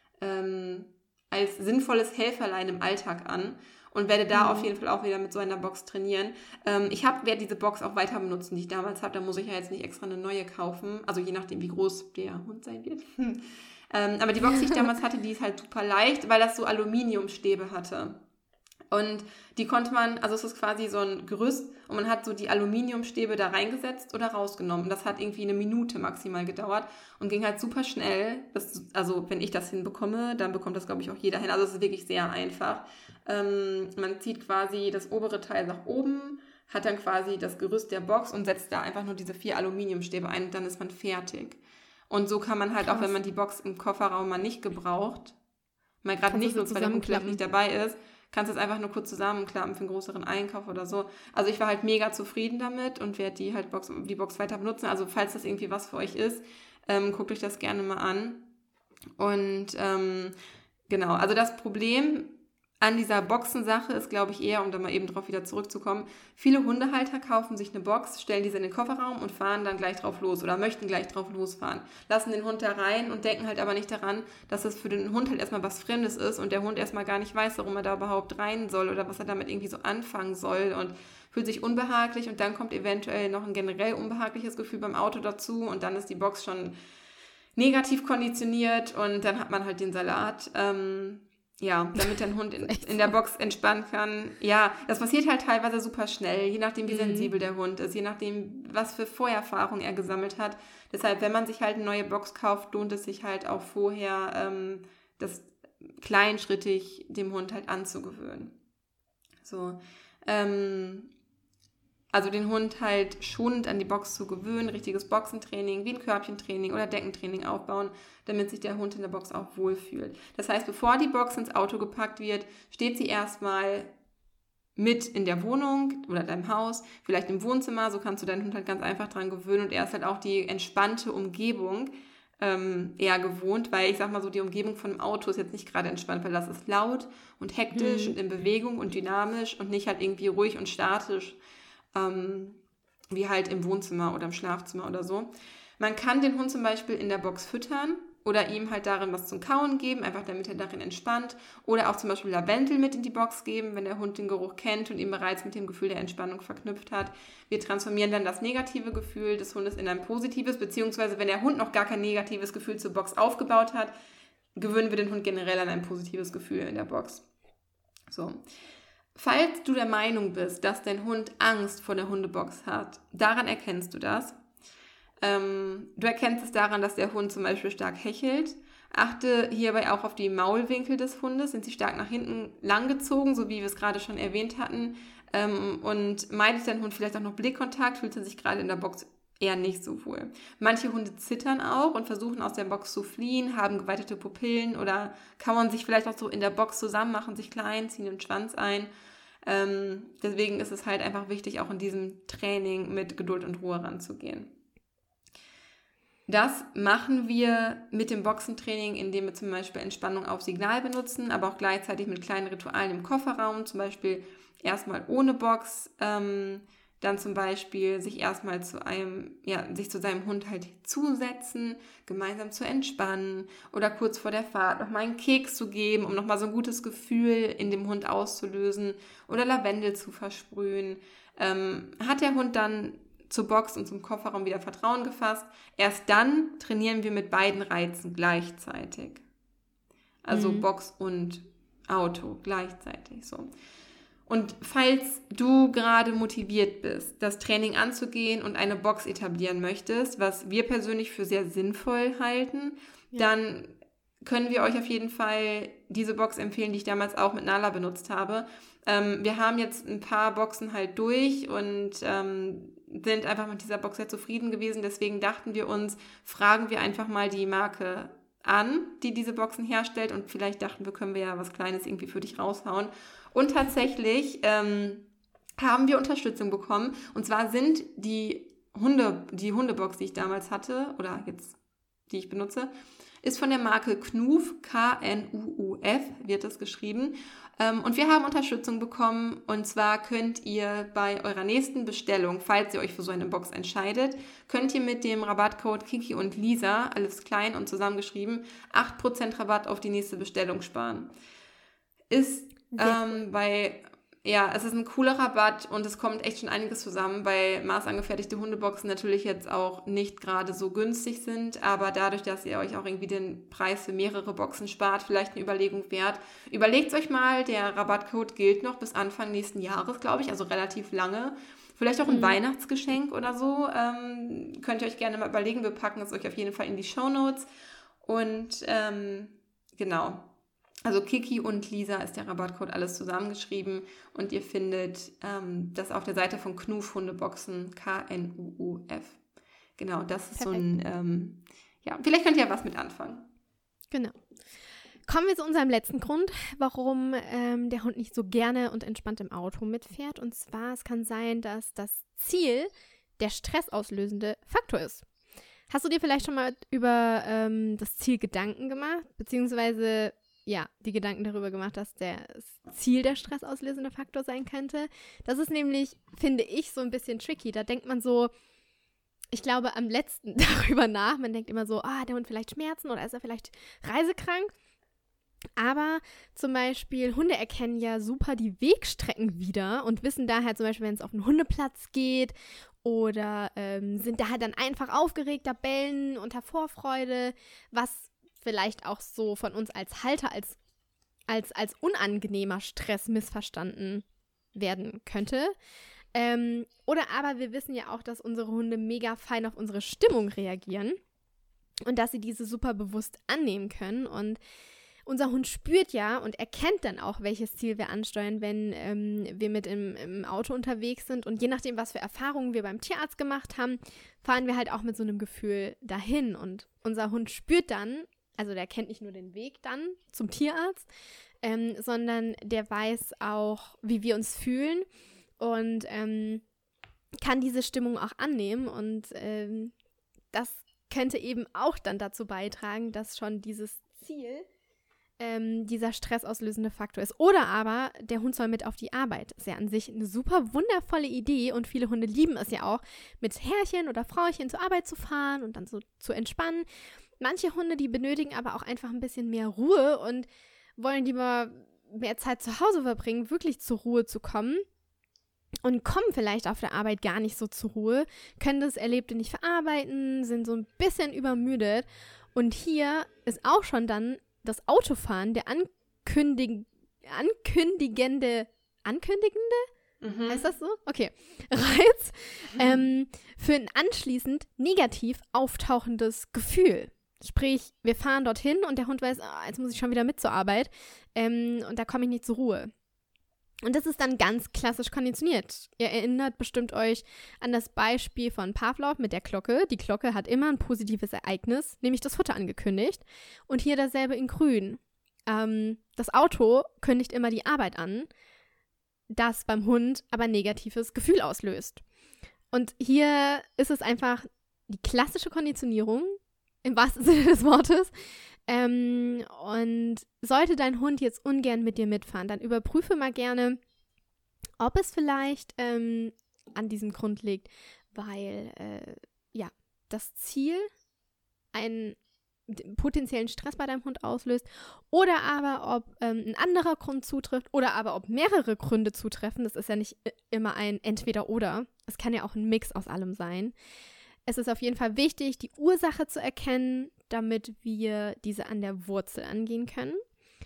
S2: als sinnvolles Helferlein im Alltag an. Und werde da auf jeden Fall auch wieder mit so einer Box trainieren. Ich werde diese Box auch weiter benutzen, die ich damals habe. Da muss ich ja jetzt nicht extra eine neue kaufen. Also je nachdem, wie groß der Hund sein wird. Aber die Box, die ich damals hatte, die ist halt super leicht, weil das so Aluminiumstäbe hatte. Und die konnte man, also es ist quasi so ein Gerüst und man hat so die Aluminiumstäbe da reingesetzt oder rausgenommen. Das hat irgendwie 1 Minute maximal gedauert und ging halt super schnell. Also wenn ich das hinbekomme, dann bekommt das, glaube ich, auch jeder hin. Also es ist wirklich sehr einfach. Man zieht quasi das obere Teil nach oben, hat dann quasi das Gerüst der Box und setzt da einfach nur diese 4 Aluminiumstäbe ein und dann ist man fertig. Und so kann man halt auch, wenn man die Box im Kofferraum mal nicht gebraucht, mal gerade nicht nutzt, weil der Hund vielleicht nicht dabei ist, kannst du es einfach nur kurz zusammenklappen für einen größeren Einkauf oder so. Also ich war halt mega zufrieden damit und werde die Box weiter benutzen. Also falls das irgendwie was für euch ist, guckt euch das gerne mal an. Und genau, also das Problem an dieser Boxensache ist, glaube ich, eher, um da mal eben drauf wieder zurückzukommen, viele Hundehalter kaufen sich eine Box, stellen diese in den Kofferraum und fahren dann gleich drauf los oder möchten gleich drauf losfahren. Lassen den Hund da rein und denken halt aber nicht daran, dass es für den Hund halt erstmal was Fremdes ist und der Hund erstmal gar nicht weiß, warum er da überhaupt rein soll oder was er damit irgendwie so anfangen soll und fühlt sich unbehaglich und dann kommt eventuell noch ein generell unbehagliches Gefühl beim Auto dazu und dann ist die Box schon negativ konditioniert und dann hat man halt den Salat. Damit der Hund in der Box entspannen kann. Ja, das passiert halt teilweise super schnell, je nachdem, wie sensibel der Hund ist, je nachdem, was für Vorerfahrung er gesammelt hat. Deshalb, wenn man sich halt eine neue Box kauft, lohnt es sich halt auch vorher, das kleinschrittig dem Hund halt anzugewöhnen. So, also den Hund halt schonend an die Box zu gewöhnen, richtiges Boxentraining, wie ein Körbchentraining oder Deckentraining aufbauen, damit sich der Hund in der Box auch wohlfühlt. Das heißt, bevor die Box ins Auto gepackt wird, steht sie erstmal mit in der Wohnung oder deinem Haus, vielleicht im Wohnzimmer, so kannst du deinen Hund halt ganz einfach dran gewöhnen und er ist halt auch die entspannte Umgebung eher gewohnt, weil ich sag mal so, die Umgebung von einem Auto ist jetzt nicht gerade entspannt, weil das ist laut und hektisch und in Bewegung und dynamisch und nicht halt irgendwie ruhig und statisch, wie halt im Wohnzimmer oder im Schlafzimmer oder so. Man kann den Hund zum Beispiel in der Box füttern oder ihm halt darin was zum Kauen geben, einfach damit er darin entspannt. Oder auch zum Beispiel Lavendel mit in die Box geben, wenn der Hund den Geruch kennt und ihn bereits mit dem Gefühl der Entspannung verknüpft hat. Wir transformieren dann das negative Gefühl des Hundes in ein positives, beziehungsweise wenn der Hund noch gar kein negatives Gefühl zur Box aufgebaut hat, gewöhnen wir den Hund generell an ein positives Gefühl in der Box. So. Falls du der Meinung bist, dass dein Hund Angst vor der Hundebox hat, daran erkennst du das. Du erkennst es daran, dass der Hund zum Beispiel stark hechelt. Achte hierbei auch auf die Maulwinkel des Hundes. Sind sie stark nach hinten langgezogen, so wie wir es gerade schon erwähnt hatten. Und meidet dein Hund vielleicht auch noch Blickkontakt, fühlt er sich gerade in der Box eher nicht so wohl. Manche Hunde zittern auch und versuchen aus der Box zu fliehen, haben geweitete Pupillen oder kauern sich vielleicht auch so in der Box zusammen, machen sich klein, ziehen den Schwanz ein. Deswegen ist es halt einfach wichtig, auch in diesem Training mit Geduld und Ruhe ranzugehen. Das machen wir mit dem Boxentraining, indem wir zum Beispiel Entspannung auf Signal benutzen, aber auch gleichzeitig mit kleinen Ritualen im Kofferraum, zum Beispiel erstmal ohne Box, dann zum Beispiel sich erstmal sich zu seinem Hund halt zusetzen, gemeinsam zu entspannen oder kurz vor der Fahrt nochmal einen Keks zu geben, um nochmal so ein gutes Gefühl in dem Hund auszulösen oder Lavendel zu versprühen. Hat der Hund dann zur Box und zum Kofferraum wieder Vertrauen gefasst, erst dann trainieren wir mit beiden Reizen gleichzeitig. Also Box und Auto gleichzeitig so. Und falls du gerade motiviert bist, das Training anzugehen und eine Box etablieren möchtest, was wir persönlich für sehr sinnvoll halten, dann können wir euch auf jeden Fall diese Box empfehlen, die ich damals auch mit Nala benutzt habe. Wir haben jetzt ein paar Boxen halt durch und sind einfach mit dieser Box sehr zufrieden gewesen. Deswegen dachten wir uns, fragen wir einfach mal die Marke an, die diese Boxen herstellt, und vielleicht dachten wir, können wir ja was Kleines irgendwie für dich raushauen. Und tatsächlich haben wir Unterstützung bekommen. Und zwar sind die Hundebox, die ich damals hatte, oder jetzt, die ich benutze, ist von der Marke Knuuf, K-N-U-U-F wird das geschrieben. Und wir haben Unterstützung bekommen, und zwar könnt ihr bei eurer nächsten Bestellung, falls ihr euch für so eine Box entscheidet, könnt ihr mit dem Rabattcode Kiki und Lisa, alles klein und zusammengeschrieben, 8% Rabatt auf die nächste Bestellung sparen. Ist es ist ein cooler Rabatt und es kommt echt schon einiges zusammen, weil maßangefertigte Hundeboxen natürlich jetzt auch nicht gerade so günstig sind, aber dadurch, dass ihr euch auch irgendwie den Preis für mehrere Boxen spart, vielleicht eine Überlegung wert. Überlegt euch mal, der Rabattcode gilt noch bis Anfang nächsten Jahres, glaube ich, also relativ lange. Vielleicht auch ein Weihnachtsgeschenk oder so. Könnt ihr euch gerne mal überlegen, wir packen es euch auf jeden Fall in die Shownotes. Und genau. Also Kiki und Lisa ist der Rabattcode, alles zusammengeschrieben, und ihr findet das auf der Seite von Knuuf Hundeboxen, K-N-U-U-F. Genau, das ist perfekt. So ein, vielleicht könnt ihr ja was mit anfangen.
S1: Genau. Kommen wir zu unserem letzten Grund, warum der Hund nicht so gerne und entspannt im Auto mitfährt. Und zwar, es kann sein, dass das Ziel der stressauslösende Faktor ist. Hast du dir vielleicht schon mal über das Ziel Gedanken gemacht, beziehungsweise die Gedanken darüber gemacht, dass das Ziel der stressauslösende Faktor sein könnte? Das ist nämlich, finde ich, so ein bisschen tricky. Da denkt man so, ich glaube, am letzten darüber nach. Man denkt immer so, der Hund vielleicht Schmerzen oder ist er vielleicht reisekrank? Aber zum Beispiel, Hunde erkennen ja super die Wegstrecken wieder und wissen daher zum Beispiel, wenn es auf einen Hundeplatz geht, oder sind daher dann einfach aufgeregt, da bellen unter Vorfreude, was vielleicht auch so von uns als Halter als unangenehmer Stress missverstanden werden könnte. Oder aber wir wissen ja auch, dass unsere Hunde mega fein auf unsere Stimmung reagieren und dass sie diese super bewusst annehmen können. Und unser Hund spürt ja und erkennt dann auch, welches Ziel wir ansteuern, wenn wir mit im Auto unterwegs sind. Und je nachdem, was für Erfahrungen wir beim Tierarzt gemacht haben, fahren wir halt auch mit so einem Gefühl dahin. Und unser Hund spürt dann, also der kennt nicht nur den Weg dann zum Tierarzt, sondern der weiß auch, wie wir uns fühlen und kann diese Stimmung auch annehmen. Und das könnte eben auch dann dazu beitragen, dass schon dieses Ziel dieser stressauslösende Faktor ist. Oder aber der Hund soll mit auf die Arbeit. Ist ja an sich eine super wundervolle Idee, und viele Hunde lieben es ja auch, mit Herrchen oder Frauchen zur Arbeit zu fahren und dann so zu entspannen. Manche Hunde, die benötigen aber auch einfach ein bisschen mehr Ruhe und wollen lieber mehr Zeit zu Hause verbringen, wirklich zur Ruhe zu kommen, und kommen vielleicht auf der Arbeit gar nicht so zur Ruhe, können das Erlebte nicht verarbeiten, sind so ein bisschen übermüdet. Und hier ist auch schon dann das Autofahren der ankündigende, heißt das so? Okay, Reiz für ein anschließend negativ auftauchendes Gefühl. Sprich, wir fahren dorthin und der Hund weiß, jetzt muss ich schon wieder mit zur Arbeit und da komme ich nicht zur Ruhe. Und das ist dann ganz klassisch konditioniert. Ihr erinnert bestimmt euch an das Beispiel von Pavlov mit der Glocke. Die Glocke hat immer ein positives Ereignis, nämlich das Futter angekündigt. Und hier dasselbe in Grün. Das Auto kündigt immer die Arbeit an, das beim Hund aber ein negatives Gefühl auslöst. Und hier ist es einfach die klassische Konditionierung, im wahrsten Sinne des Wortes. Und sollte dein Hund jetzt ungern mit dir mitfahren, dann überprüfe mal gerne, ob es vielleicht an diesem Grund liegt, weil das Ziel einen potenziellen Stress bei deinem Hund auslöst oder aber ob ein anderer Grund zutrifft oder aber ob mehrere Gründe zutreffen. Das ist ja nicht immer ein Entweder-Oder. Es kann ja auch ein Mix aus allem sein. Es ist auf jeden Fall wichtig, die Ursache zu erkennen, damit wir diese an der Wurzel angehen können.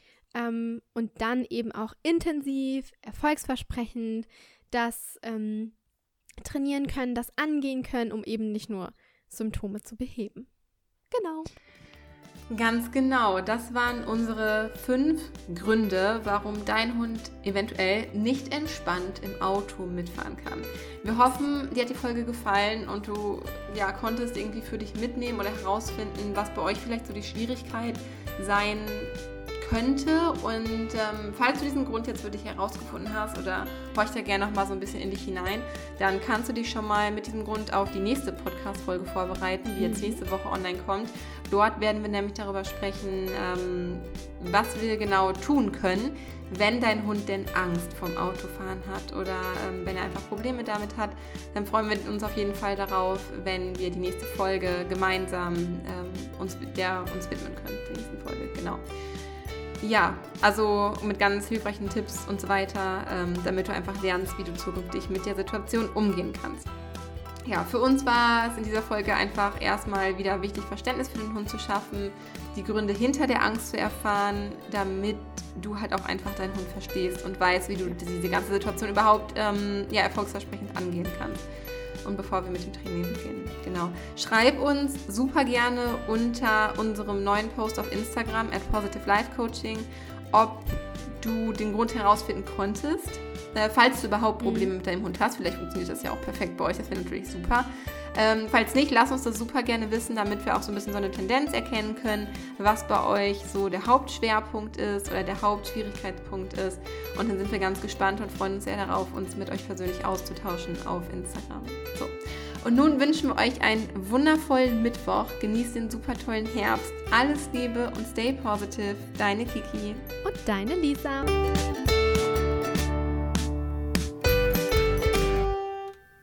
S1: Und dann eben auch intensiv, erfolgsversprechend das trainieren können, das angehen können, um eben nicht nur Symptome zu beheben. Genau.
S2: Ganz genau. Das waren unsere 5 Gründe, warum dein Hund eventuell nicht entspannt im Auto mitfahren kann. Wir hoffen, dir hat die Folge gefallen und du konntest irgendwie für dich mitnehmen oder herausfinden, was bei euch vielleicht so die Schwierigkeit sein könnte. Und falls du diesen Grund jetzt für dich herausgefunden hast oder horch da gerne noch mal so ein bisschen in dich hinein, dann kannst du dich schon mal mit diesem Grund auf die nächste Podcast-Folge vorbereiten, die jetzt nächste Woche online kommt. Dort werden wir nämlich darüber sprechen, was wir genau tun können, wenn dein Hund denn Angst vom Autofahren hat oder wenn er einfach Probleme damit hat. Dann freuen wir uns auf jeden Fall darauf, wenn wir die nächste Folge gemeinsam uns widmen können. Die nächsten Folge, genau. Ja, also mit ganz hilfreichen Tipps und so weiter, damit du einfach lernst, wie du zukünftig mit der Situation umgehen kannst. Ja, für uns war es in dieser Folge einfach erstmal wieder wichtig, Verständnis für den Hund zu schaffen, die Gründe hinter der Angst zu erfahren, damit du halt auch einfach deinen Hund verstehst und weißt, wie du diese ganze Situation überhaupt erfolgsversprechend angehen kannst. Und bevor wir mit dem Training beginnen. Genau. Schreib uns super gerne unter unserem neuen Post auf Instagram @positivelifecoaching, ob du den Grund herausfinden konntest. Falls du überhaupt Probleme mit deinem Hund hast, vielleicht funktioniert das ja auch perfekt bei euch, das wäre natürlich super. Falls nicht, lass uns das super gerne wissen, damit wir auch so ein bisschen so eine Tendenz erkennen können, was bei euch so der Hauptschwerpunkt ist oder der Hauptschwierigkeitspunkt ist. Und dann sind wir ganz gespannt und freuen uns sehr darauf, uns mit euch persönlich auszutauschen auf Instagram. So. Und nun wünschen wir euch einen wundervollen Mittwoch. Genießt den super tollen Herbst. Alles Liebe und stay positive. Deine Kiki.
S1: Und deine Lisa.